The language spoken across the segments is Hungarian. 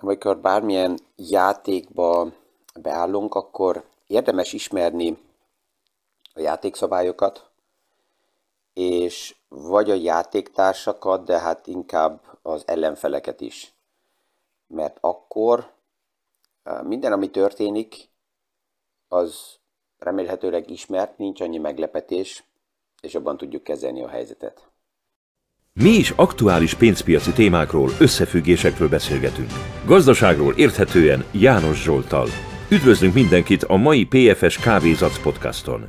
amikor bármilyen játékba beállunk, akkor érdemes ismerni a játékszabályokat, és vagy a játéktársakat, de hát inkább az ellenfeleket is. Mert akkor minden, ami történik, az remélhetőleg ismert, nincs annyi meglepetés, és abban tudjuk kezelni a helyzetet. Mi is aktuális pénzpiaci témákról, összefüggésekről beszélgetünk. Gazdaságról érthetően János Zsolttal. Üdvözlünk mindenkit a mai PFS Kávézac podcaston.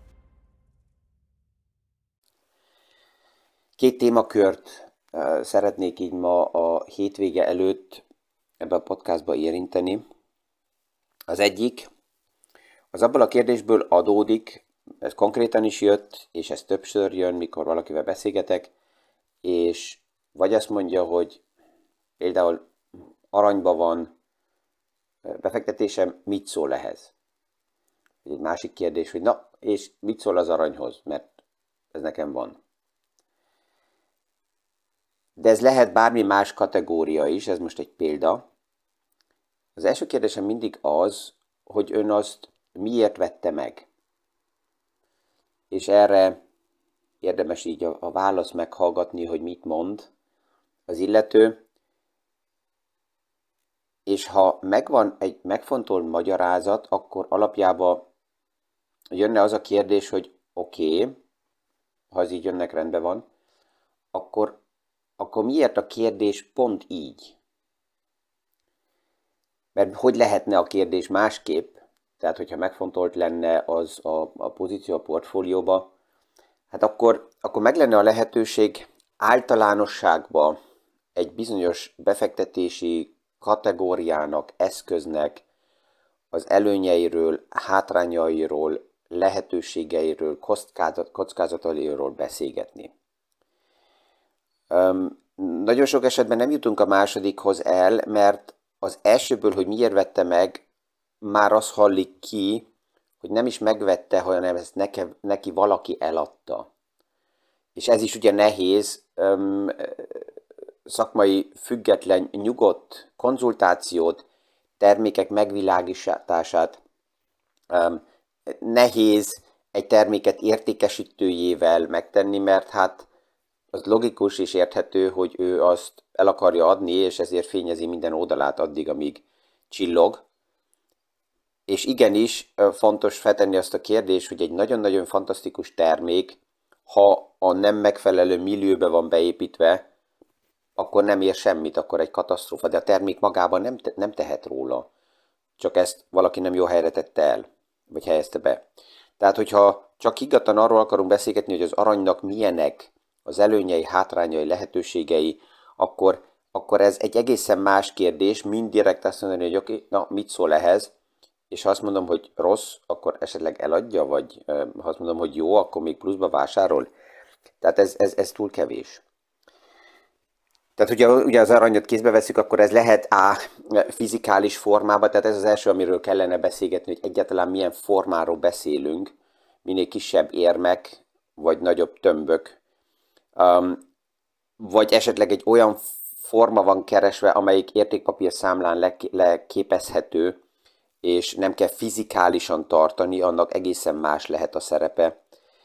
Két témakört szeretnék így ma a hétvége előtt ebbe a podcastba érinteni. Az egyik, az abból a kérdésből adódik, ez konkrétan is jött, és ez többször jön, mikor valakivel beszélgetek, és vagy azt mondja, hogy például aranyba van befektetésem, mit szól ehhez? Egy másik kérdés, hogy na, és mit szól az aranyhoz, mert ez nekem van. De ez lehet bármi más kategória is, ez most egy példa. Az első kérdésem mindig az, hogy ön azt miért vette meg. És erre érdemes így a választ meghallgatni, hogy mit mond az illető. És ha megvan egy megfontolt magyarázat, akkor alapjában jönne az a kérdés, hogy oké, ha ez így önnek rendben van, akkor miért a kérdés pont így? Mert hogy lehetne a kérdés másképp? Tehát, hogyha megfontolt lenne az a pozíció a portfólióba, hát akkor meg lenne a lehetőség általánosságban egy bizonyos befektetési kategóriának, eszköznek az előnyeiről, hátrányairól, lehetőségeiről, kockázatairól beszélgetni. Nagyon sok esetben nem jutunk a másodikhoz el, mert az elsőből, hogy miért vette meg, már az hallik ki, hogy nem is megvette, hanem ezt neki valaki eladta. És ez is ugye nehéz, szakmai, független, nyugodt konzultációt, termékek megvilágítását, nehéz egy terméket értékesítőjével megtenni, mert hát az logikus és érthető, hogy ő azt el akarja adni, és ezért fényezi minden oldalát addig, amíg csillog. És igenis fontos feltenni azt a kérdést, hogy egy nagyon-nagyon fantasztikus termék, ha a nem megfelelő millióbe van beépítve, akkor nem ér semmit, akkor egy katasztrófa, de a termék magában nem tehet róla. Csak ezt valaki nem jó helyre tette el, vagy helyezte be. Tehát, hogyha csak higgadtan arról akarunk beszélgetni, hogy az aranynak milyenek az előnyei, hátrányai, lehetőségei, akkor ez egy egészen más kérdés, mind direkt azt mondani, hogy oké, na mit szól ehhez, és ha azt mondom, hogy rossz, akkor esetleg eladja, vagy ha azt mondom, hogy jó, akkor még pluszba vásárol. Tehát ez túl kevés. Tehát ugye az aranyat kézbe veszük, akkor ez lehet fizikális formában, tehát ez az első, amiről kellene beszélgetni, hogy egyáltalán milyen formáról beszélünk, minél kisebb érmek, vagy nagyobb tömbök, vagy esetleg egy olyan forma van keresve, amelyik értékpapír számlán leképezhető, és nem kell fizikálisan tartani, annak egészen más lehet a szerepe.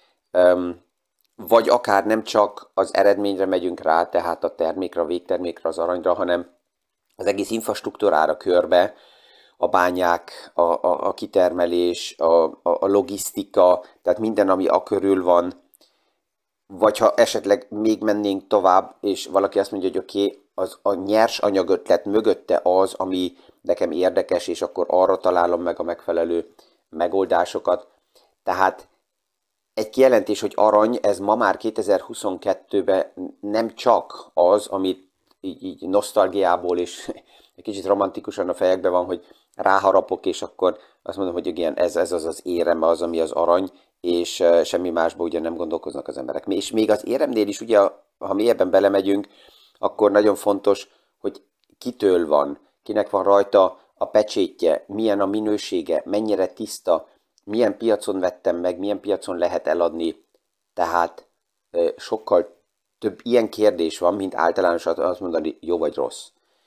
Vagy akár nem csak az eredményre megyünk rá, tehát a termékre, a végtermékre, az aranyra, hanem az egész infrastruktúrára körbe, a bányák, a kitermelés, a logisztika, tehát minden, ami körül van. Vagy ha esetleg még mennénk tovább, és valaki azt mondja, hogy oké, az a nyers anyagötlet mögötte az, ami nekem érdekes, és akkor arra találom meg a megfelelő megoldásokat. Tehát egy kijelentés, hogy arany, ez ma már 2022-ben nem csak az, amit így nosztalgiából és egy kicsit romantikusan a fejekben van, hogy ráharapok, és akkor azt mondom, hogy igen, ez az érem, az, ami az arany, és semmi másból ugye nem gondolkoznak az emberek. És még az éremnél is, ugye, ha mélyebben belemegyünk, akkor nagyon fontos, hogy kitől van, kinek van rajta a pecsétje, milyen a minősége, mennyire tiszta, milyen piacon vettem meg, milyen piacon lehet eladni. Tehát sokkal több ilyen kérdés van, mint általánosan azt mondani, jó vagy rossz.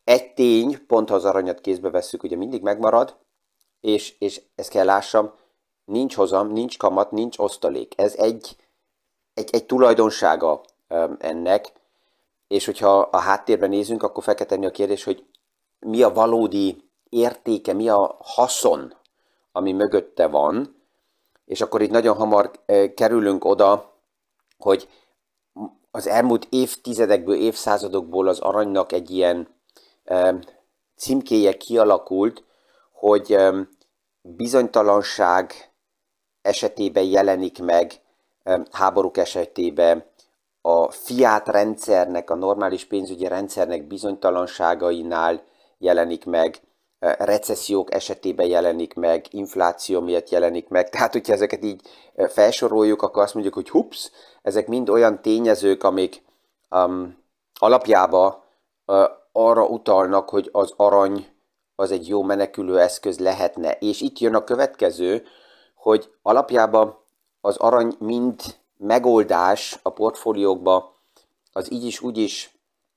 egy tény, pont ha az aranyat kézbe vesszük, ugye mindig megmarad, és ezt kell lássam, nincs hozam, nincs kamat, nincs osztalék. Ez egy tulajdonsága ennek, és hogyha a háttérben nézünk, akkor fel kell tenni a kérdés, hogy mi a valódi értéke, mi a haszon, ami mögötte van, és akkor itt nagyon hamar kerülünk oda, hogy az elmúlt évtizedekből, évszázadokból az aranynak egy ilyen címkéje kialakult, hogy bizonytalanság esetében jelenik meg, háborúk esetében, a fiat rendszernek, a normális pénzügyi rendszernek bizonytalanságainál jelenik meg, recessziók esetében jelenik meg, infláció miatt jelenik meg. Tehát, hogyha ezeket így felsoroljuk, akkor azt mondjuk, hogy hups, ezek mind olyan tényezők, amik alapjában arra utalnak, hogy az arany az egy jó menekülő eszköz lehetne. És itt jön a következő, hogy alapjában az arany mind megoldás a portfóliókba, az így is, úgy is,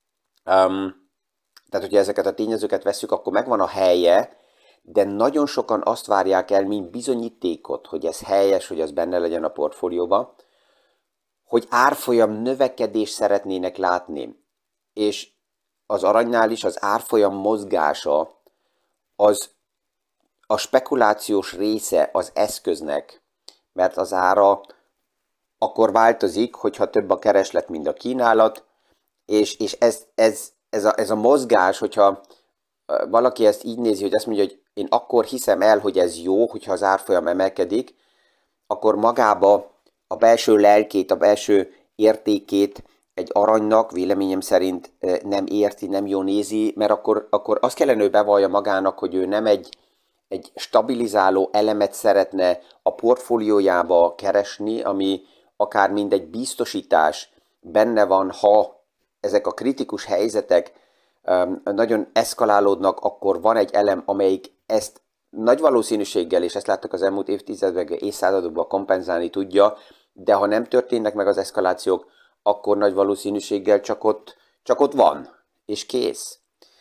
tehát hogyha ezeket a tényezőket vesszük, akkor megvan a helye, de nagyon sokan azt várják el, mint bizonyítékot, hogy ez helyes, hogy az benne legyen a portfólióba, hogy árfolyam növekedést szeretnének látni. És az aranynál is az árfolyam mozgása az a spekulációs része az eszköznek, mert az ára akkor változik, hogyha több a kereslet, mint a kínálat, és ez a mozgás, hogyha valaki ezt így nézi, hogy azt mondja, hogy én akkor hiszem el, hogy ez jó, hogyha az árfolyam emelkedik, akkor magába a belső lelkét, a belső értékét egy aranynak véleményem szerint nem érti, nem jól nézi, mert akkor azt kellene, ő bevallja magának, hogy ő nem egy stabilizáló elemet szeretne a portfóliójába keresni, ami akár mind egy biztosítás benne van, ha ezek a kritikus helyzetek nagyon eszkalálódnak, akkor van egy elem, amelyik ezt nagy valószínűséggel, és ezt láttuk az elmúlt évtizedekben, évszázadokban kompenzálni tudja, de ha nem történnek meg az eszkalációk, akkor nagy valószínűséggel csak ott van, és kész.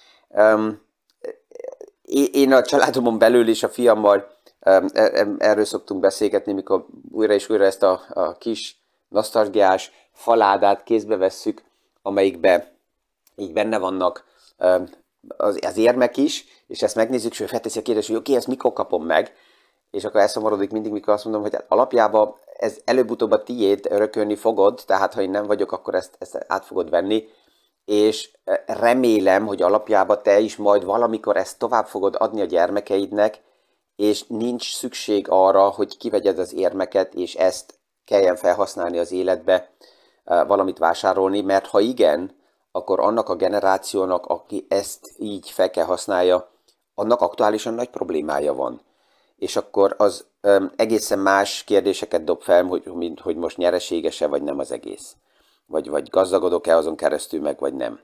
Én a családomon belül is a fiammal erről szoktunk beszélgetni, mikor újra és újra ezt a kis nosztalgiás faládát kézbe vesszük, amelyikben így benne vannak az érmek is, és ezt megnézzük, és ő felteszi a kérdést, hogy oké, ezt mikor kapom meg, és akkor elszomorodik mindig, mikor azt mondom, hogy hát alapjában ez előbb-utóbb a tiéd, örökölni fogod, tehát ha én nem vagyok, akkor ezt át fogod venni, és remélem, hogy alapjában te is majd valamikor ezt tovább fogod adni a gyermekeidnek, és nincs szükség arra, hogy kivegyed az érmeket, és ezt kelljen felhasználni az életbe, valamit vásárolni, mert ha igen, akkor annak a generációnak, aki ezt így fel kell használja, annak aktuálisan nagy problémája van. És akkor az egészen más kérdéseket dob fel, hogy most nyereséges-e, vagy nem az egész. Vagy gazdagodok-e azon keresztül meg, vagy nem.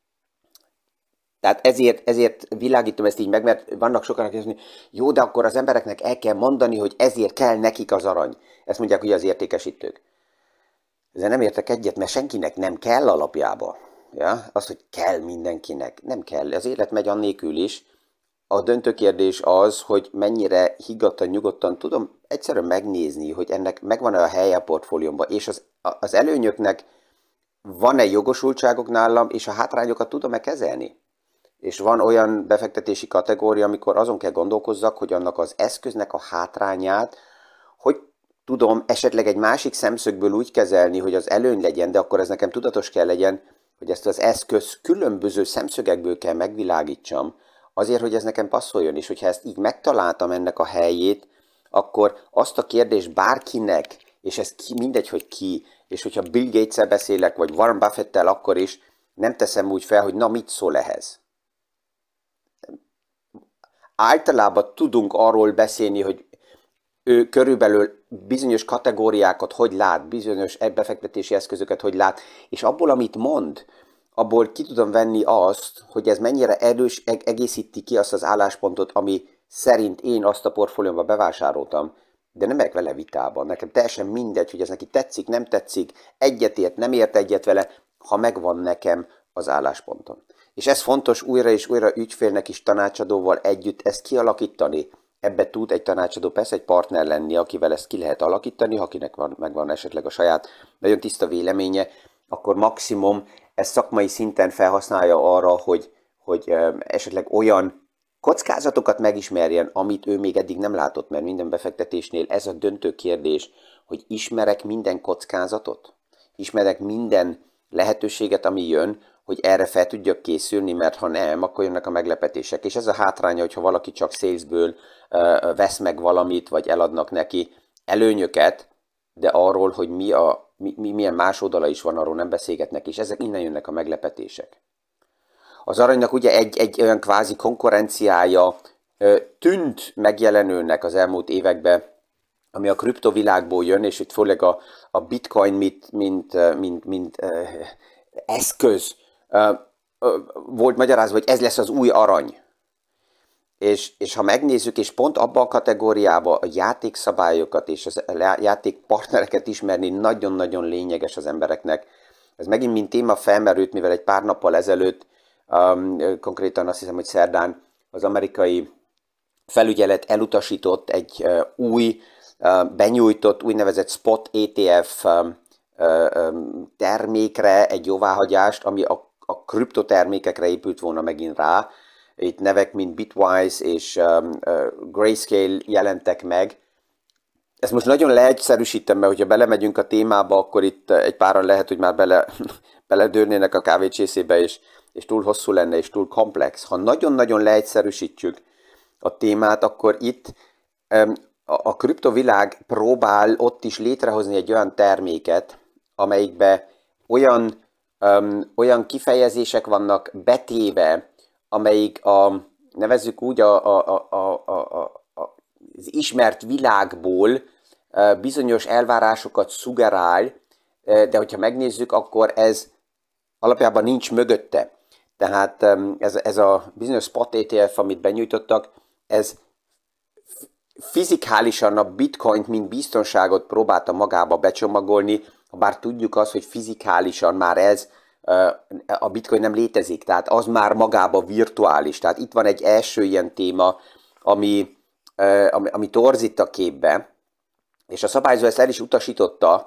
Tehát ezért világítom ezt így meg, mert vannak sokan, akik azt mondják, jó, de akkor az embereknek el kell mondani, hogy ezért kell nekik az arany. Ezt mondják ugye az értékesítők. Ezzel nem értek egyet, mert senkinek nem kell alapjába. Ja? Az, hogy kell mindenkinek, nem kell. Az élet megy annélkül is. A döntő kérdés az, hogy mennyire higgadtan, nyugodtan tudom egyszerűen megnézni, hogy ennek megvan-e a helye a portfóliómban, és az előnyöknek van-e jogosultságok nálam, és a hátrányokat tudom-e kezelni. És van olyan befektetési kategória, amikor azon kell gondolkozzak, hogy annak az eszköznek a hátrányát, hogy tudom esetleg egy másik szemszögből úgy kezelni, hogy az előny legyen, de akkor ez nekem tudatos kell legyen, hogy ezt az eszköz különböző szemszögekből kell megvilágítsam, azért, hogy ez nekem passzoljon, és hogyha ezt így megtaláltam ennek a helyét, akkor azt a kérdést bárkinek, és ez mindegy, hogy ki, és hogyha Bill Gates-el beszélek, vagy Warren Buffett-tel, akkor is nem teszem úgy fel, hogy na mit szól ehhez. Általában tudunk arról beszélni, hogy ő körülbelül bizonyos kategóriákat hogy lát, bizonyos befektetési eszközöket hogy lát, és abból, amit mond, abból ki tudom venni azt, hogy ez mennyire erős, egészíti ki azt az álláspontot, ami szerint én azt a portfóliómba bevásároltam, de nem megyek vele vitában. Nekem teljesen mindegy, hogy ez neki tetszik, nem tetszik, egyetért, nem ért egyet vele, ha megvan nekem az álláspontom. És ez fontos újra és újra ügyfélnek is tanácsadóval együtt ezt kialakítani. Ebbe tud egy tanácsadó persze egy partner lenni, akivel ezt ki lehet alakítani, akinek megvan esetleg a saját nagyon tiszta véleménye, akkor maximum ezt szakmai szinten felhasználja arra, hogy esetleg olyan kockázatokat megismerjen, amit ő még eddig nem látott, mert minden befektetésnél ez a döntő kérdés, hogy ismerek minden kockázatot, ismerek minden lehetőséget, ami jön, hogy erre fel tudjak készülni, mert ha nem, akkor jönnek a meglepetések. És ez a hátránya, hogyha valaki csak salesből vesz meg valamit, vagy eladnak neki előnyöket, de arról, hogy milyen más oldala is van, arról nem beszélgetnek, és ezek innen jönnek a meglepetések. Az aranynak ugye egy olyan kvázi konkurenciája tűnt megjelenőnek az elmúlt években, ami a kriptovilágból jön, és itt főleg a bitcoin mint eszköz volt magyarázva, hogy ez lesz az új arany. És ha megnézzük, és pont abba a kategóriába a játékszabályokat és a játékpartnereket ismerni nagyon-nagyon lényeges az embereknek. Ez megint mint téma felmerült, mivel egy pár nappal ezelőtt, konkrétan azt hiszem, hogy szerdán az amerikai felügyelet elutasított egy új, benyújtott úgynevezett spot ETF termékre egy jóváhagyást, ami a kriptotermékekre épült volna megint rá. Itt nevek, mint Bitwise és Grayscale jelentek meg. Ezt most nagyon leegyszerűsítem, mert hogyha belemegyünk a témába, akkor itt egy páran lehet, hogy már beledőrnének a kávécsészébe, és túl hosszú lenne, és túl komplex. Ha nagyon-nagyon leegyszerűsítjük a témát, akkor itt a kriptovilág próbál ott is létrehozni egy olyan terméket, amelyikbe olyan kifejezések vannak betéve, amelyik nevezzük úgy az ismert világból bizonyos elvárásokat szugerál, de hogyha megnézzük, akkor ez alapjában nincs mögötte. Tehát ez a bizonyos spot ETF, amit benyújtottak, ez fizikálisan a bitcoint, mint biztonságot próbálta magába becsomagolni, bár tudjuk azt, hogy fizikálisan már a bitcoin nem létezik, tehát az már magába virtuális. Tehát itt van egy első ilyen téma, ami torzít a képbe, és a szabályozó ezt el is utasította.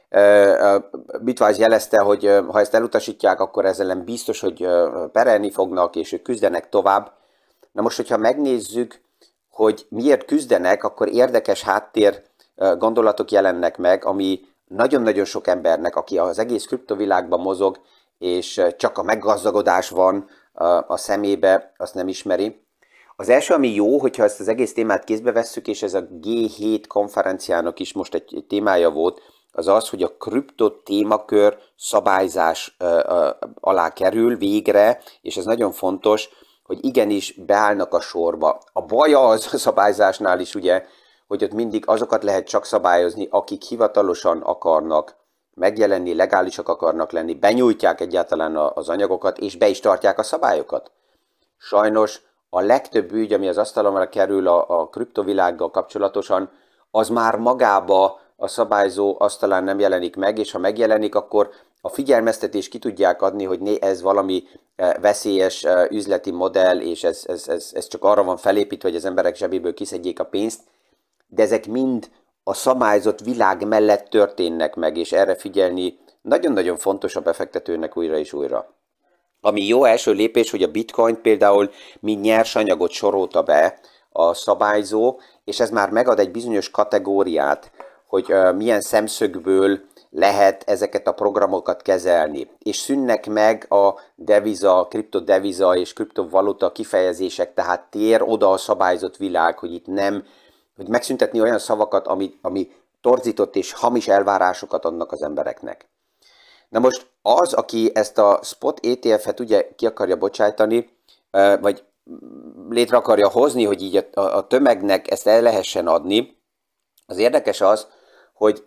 Bitwise jelezte, hogy ha ezt elutasítják, akkor ezzel nem biztos, hogy perelni fognak, és ők küzdenek tovább. Na most, hogyha megnézzük, hogy miért küzdenek, akkor érdekes háttér gondolatok jelennek meg, ami nagyon-nagyon sok embernek, aki az egész kriptovilágban mozog, és csak a meggazdagodás van a szemébe, azt nem ismeri. Az első, ami jó, hogyha ezt az egész témát kézbe vesszük, és ez a G7 konferenciának is most egy témája volt, az az, hogy a kripto témakör szabályzás alá kerül végre, és ez nagyon fontos, hogy igenis beállnak a sorba. A baj az a szabályzásnál is ugye, hogy ott mindig azokat lehet csak szabályozni, akik hivatalosan akarnak megjelenni, legálisak akarnak lenni, benyújtják egyáltalán az anyagokat, és be is tartják a szabályokat. Sajnos a legtöbb ügy, ami az asztalomra kerül a kriptovilággal kapcsolatosan, az már magába a szabályzó asztalán nem jelenik meg, és ha megjelenik, akkor a figyelmeztetést ki tudják adni, hogy ez valami veszélyes üzleti modell, és ez csak arra van felépítve, hogy az emberek zsebéből kiszedjék a pénzt, de ezek mind a szabályozott világ mellett történnek meg, és erre figyelni nagyon-nagyon fontos a befektetőnek újra és újra. Ami jó első lépés, hogy a bitcoin például mint nyersanyagot sorolta be a szabályzó, és ez már megad egy bizonyos kategóriát, hogy milyen szemszögből lehet ezeket a programokat kezelni. És szűnnek meg a deviza, kriptodeviza és kriptovaluta kifejezések, tehát tér oda a szabályozott világ, hogy itt nem, hogy megszüntetni olyan szavakat, ami torzított és hamis elvárásokat adnak az embereknek. Na most az, aki ezt a spot ETF-et ugye ki akarja bocsájtani, vagy létre akarja hozni, hogy így a tömegnek ezt el lehessen adni, az érdekes az, hogy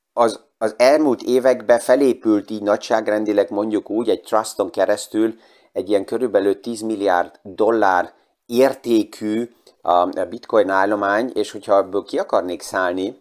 az elmúlt években felépült így nagyságrendileg mondjuk úgy egy truston keresztül egy ilyen körülbelül 10 milliárd dollár értékű a bitcoin állomány, és hogyha ebből ki akarnék szállni,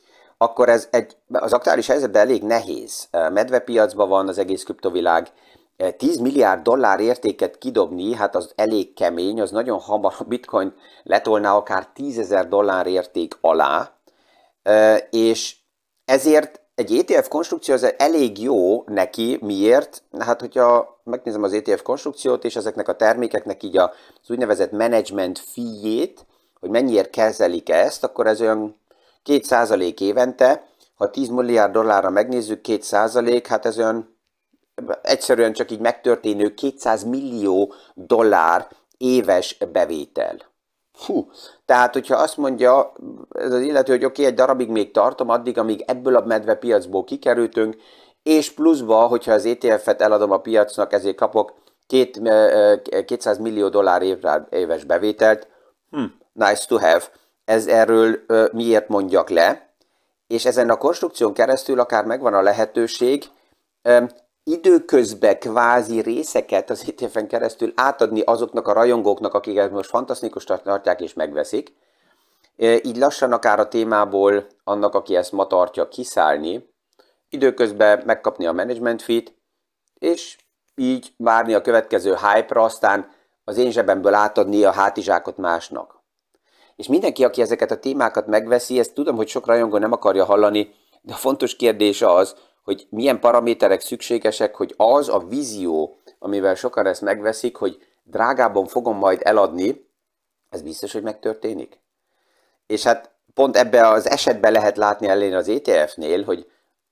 akkor ez az aktuális helyzetben elég nehéz. Medvepiacban van az egész kriptovilág, 10 milliárd dollár értéket kidobni, hát az elég kemény, az nagyon hamar a bitcoin letolná akár 10 000 dollár érték alá, és ezért egy ETF konstrukció az elég jó neki. Miért? Hát, hogyha megnézem az ETF konstrukciót, és ezeknek a termékeknek így az úgynevezett management fee-jét, hogy mennyiért kezelik ezt, akkor ez olyan 2% évente. Ha 10 milliárd dollárra megnézzük, 2%, hát ez olyan egyszerűen csak így megtörténő 200 millió dollár éves bevétel. Fú, tehát hogyha azt mondja ez az illető, hogy oké, egy darabig még tartom, addig, amíg ebből a medvepiacból kikerültünk, és pluszba, hogyha az ETF-et eladom a piacnak, ezért kapok 200 millió dollár éves bevételt, nice to have. Erről miért mondjak le? És ezen a konstrukción keresztül akár megvan a lehetőség időközben kvázi részeket az ETF-en keresztül átadni azoknak a rajongóknak, akiket most fantasztikusnak tartják és megveszik. Így lassan akár a témából annak, aki ezt ma tartja, kiszállni, időközben megkapni a management fee-t, és így várni a következő hype-ra, aztán az én zsebemből átadni a hátizsákot másnak. És mindenki, aki ezeket a témákat megveszi, ezt tudom, hogy sok rajongó nem akarja hallani, de a fontos kérdés az, hogy milyen paraméterek szükségesek, hogy az a vízió, amivel sokan ezt megveszik, hogy drágábban fogom majd eladni, ez biztos, hogy megtörténik. És hát pont ebbe az esetben lehet látni elén az ETF-nél, hogy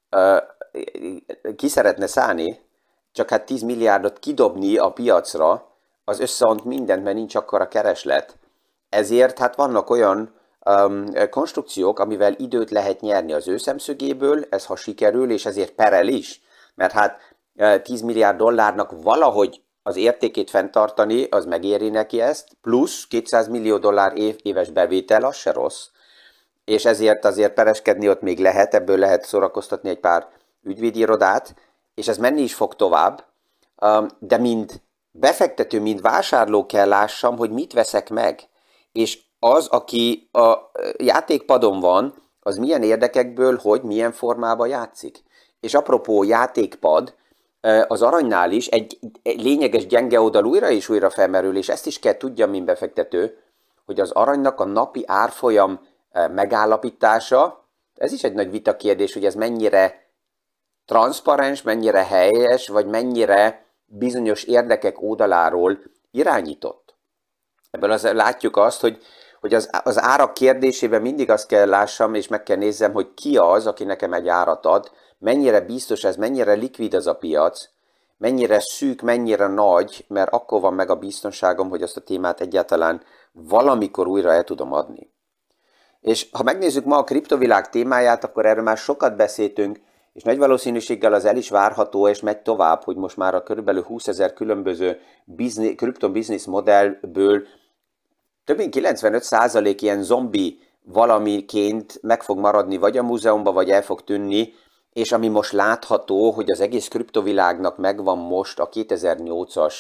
ki szeretne szállni, csak hát 10 milliárdot kidobni a piacra, az összeont mindent, mert nincs akkora kereslet. Ezért hát vannak olyan konstrukciók, amivel időt lehet nyerni az ő szemszögéből, ez ha sikerül, és ezért perel is, mert hát 10 milliárd dollárnak valahogy az értékét fenntartani, az megéri neki ezt, plusz 200 millió dollár éves bevétel, az se rossz, és ezért azért pereskedni ott még lehet, ebből lehet szórakoztatni egy pár ügyvédirodát, és ez menni is fog tovább, de mind befektető, mind vásárló kell lássam, hogy mit veszek meg, és az, aki a játékpadon van, az milyen érdekekből, hogy milyen formában játszik. És apropó játékpad, az aranynál is egy lényeges gyenge oldal újra és újra felmerül, és ezt is kell tudjam, mint befektető, hogy az aranynak a napi árfolyam megállapítása, ez is egy nagy vita kérdés, hogy ez mennyire transzparens, mennyire helyes, vagy mennyire bizonyos érdekek oldaláról irányított. Ebből látjuk azt, hogy az árak kérdésében mindig azt kell lássam, és meg kell nézzem, hogy ki az, aki nekem egy árat ad, mennyire biztos ez, mennyire likvid az a piac, mennyire szűk, mennyire nagy, mert akkor van meg a biztonságom, hogy azt a témát egyáltalán valamikor újra el tudom adni. És ha megnézzük ma a kriptovilág témáját, akkor erről már sokat beszéltünk, és nagy valószínűséggel az el is várható, és megy tovább, hogy most már a körülbelül 20 000 különböző kriptobiznisz modellből több mint 95% ilyen zombi valamiként meg fog maradni, vagy a múzeumban, vagy el fog tűnni, és ami most látható, hogy az egész kriptovilágnak megvan most a 2008-as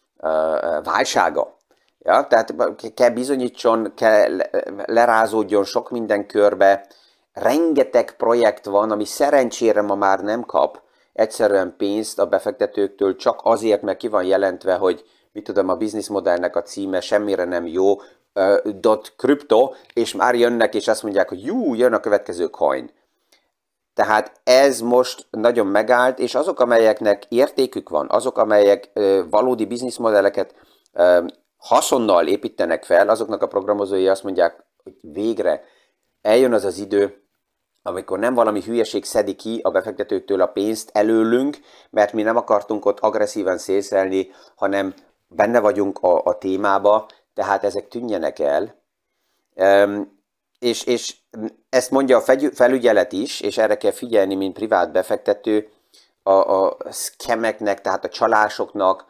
válsága. Ja, tehát kell bizonyítson, kell lerázódjon sok minden körbe, rengeteg projekt van, ami szerencsére ma már nem kap egyszerűen pénzt a befektetőktől, csak azért, mert ki van jelentve, hogy mit tudom, a bizniszmodellnek a címe semmire nem jó, .crypto, és már jönnek, és azt mondják, hogy jön a következő coin. Tehát ez most nagyon megállt, és azok, amelyeknek értékük van, azok, amelyek valódi bizniszmodelleket haszonnal építenek fel, azoknak a programozói azt mondják, hogy végre eljön az az idő, amikor nem valami hülyeség szedi ki a befektetőktől a pénzt előlünk, mert mi nem akartunk ott agresszíven szélszelni, hanem benne vagyunk a témába, tehát ezek tűnjenek el. És ezt mondja a felügyelet is, és erre kell figyelni, mint privát befektető, a scameknek, tehát a csalásoknak,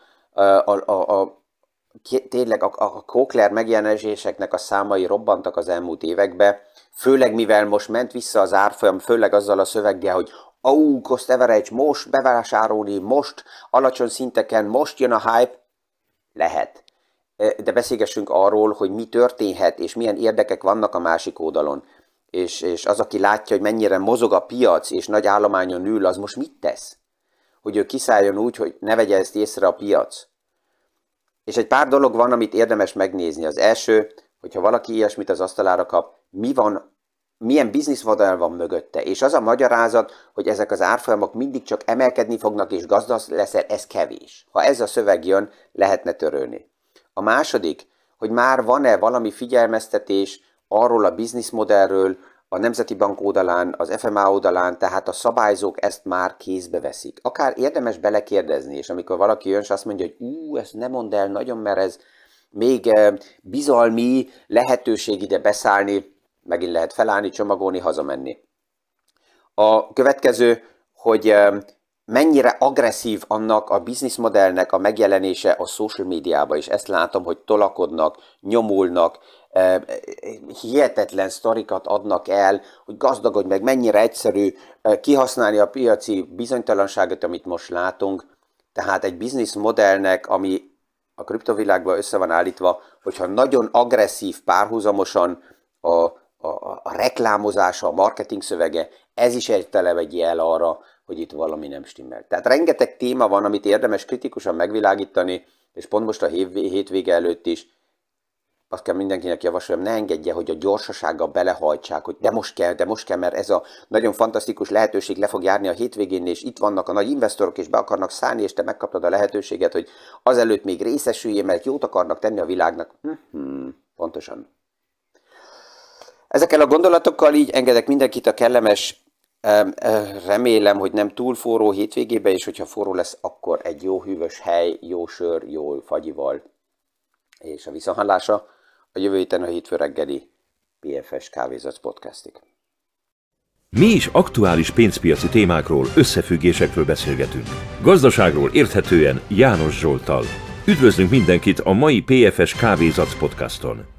tényleg a Cochlear megjelenéseknek a számai robbantak az elmúlt években, főleg mivel most ment vissza az árfolyam, főleg azzal a szöveggel, hogy cost average, most bevásárolni, most alacsony szinteken, most jön a hype, lehet. De beszélgessünk arról, hogy mi történhet, és milyen érdekek vannak a másik oldalon. És az, aki látja, hogy mennyire mozog a piac, és nagy állományon ül, az most mit tesz? hogy ő kiszálljon úgy, hogy ne vegye ezt észre a piac. És egy pár dolog van, amit érdemes megnézni. Az első, hogyha valaki ilyesmit az asztalára kap, milyen bizniszmodell van mögötte. És az a magyarázat, hogy ezek az árfolyamok mindig csak emelkedni fognak, és gazdag leszel, ez kevés. Ha ez a szöveg jön, lehetne törölni. A második, hogy már van-e valami figyelmeztetés arról a bizniszmodellről, a Nemzeti Bank oldalán, az FMA oldalán, tehát a szabályzók ezt már kézbe veszik. Akár érdemes belekérdezni, és amikor valaki jön, és azt mondja, hogy ezt ne mondd el nagyon, mert ez még bizalmi lehetőség ide beszállni, megint lehet felállni, csomagolni, hazamenni. A következő, hogy mennyire agresszív annak a bizniszmodellnek a megjelenése a social médiában, és ezt látom, hogy tolakodnak, nyomulnak, hihetetlen sztorikat adnak el, hogy gazdagodj meg, mennyire egyszerű kihasználni a piaci bizonytalanságot, amit most látunk. Tehát egy bizniszmodellnek, ami a kriptovilágban össze van állítva, hogyha nagyon agresszív párhuzamosan a reklámozása, a marketing szövege, ez is egy jel arra, hogy itt valami nem stimmel. Tehát rengeteg téma van, amit érdemes kritikusan megvilágítani, és pont most a hétvége előtt is azt kell mindenkinek javasoljam, ne engedje, hogy a gyorsasággal belehajtsák, hogy de most kell, mert ez a nagyon fantasztikus lehetőség le fog járni a hétvégén, és itt vannak a nagy investorok, és be akarnak szállni, és te megkaptad a lehetőséget, hogy azelőtt még részesüljél, mert jót akarnak tenni a világnak. Pontosan. Ezekkel a gondolatokkal így engedek mindenkit a kellemes, remélem, hogy nem túl forró hétvégébe, és hogyha forró lesz, akkor egy jó hűvös hely, jó sör, jó fagyival, és a viszonthallásra a jövő héten a hétfő reggeli PFS Kávézac podcastig. Mi is aktuális pénzpiaci témákról, összefüggésekről beszélgetünk. Gazdaságról érthetően János Zsolttal. Üdvözlünk mindenkit a mai PFS Kávézac podcaston!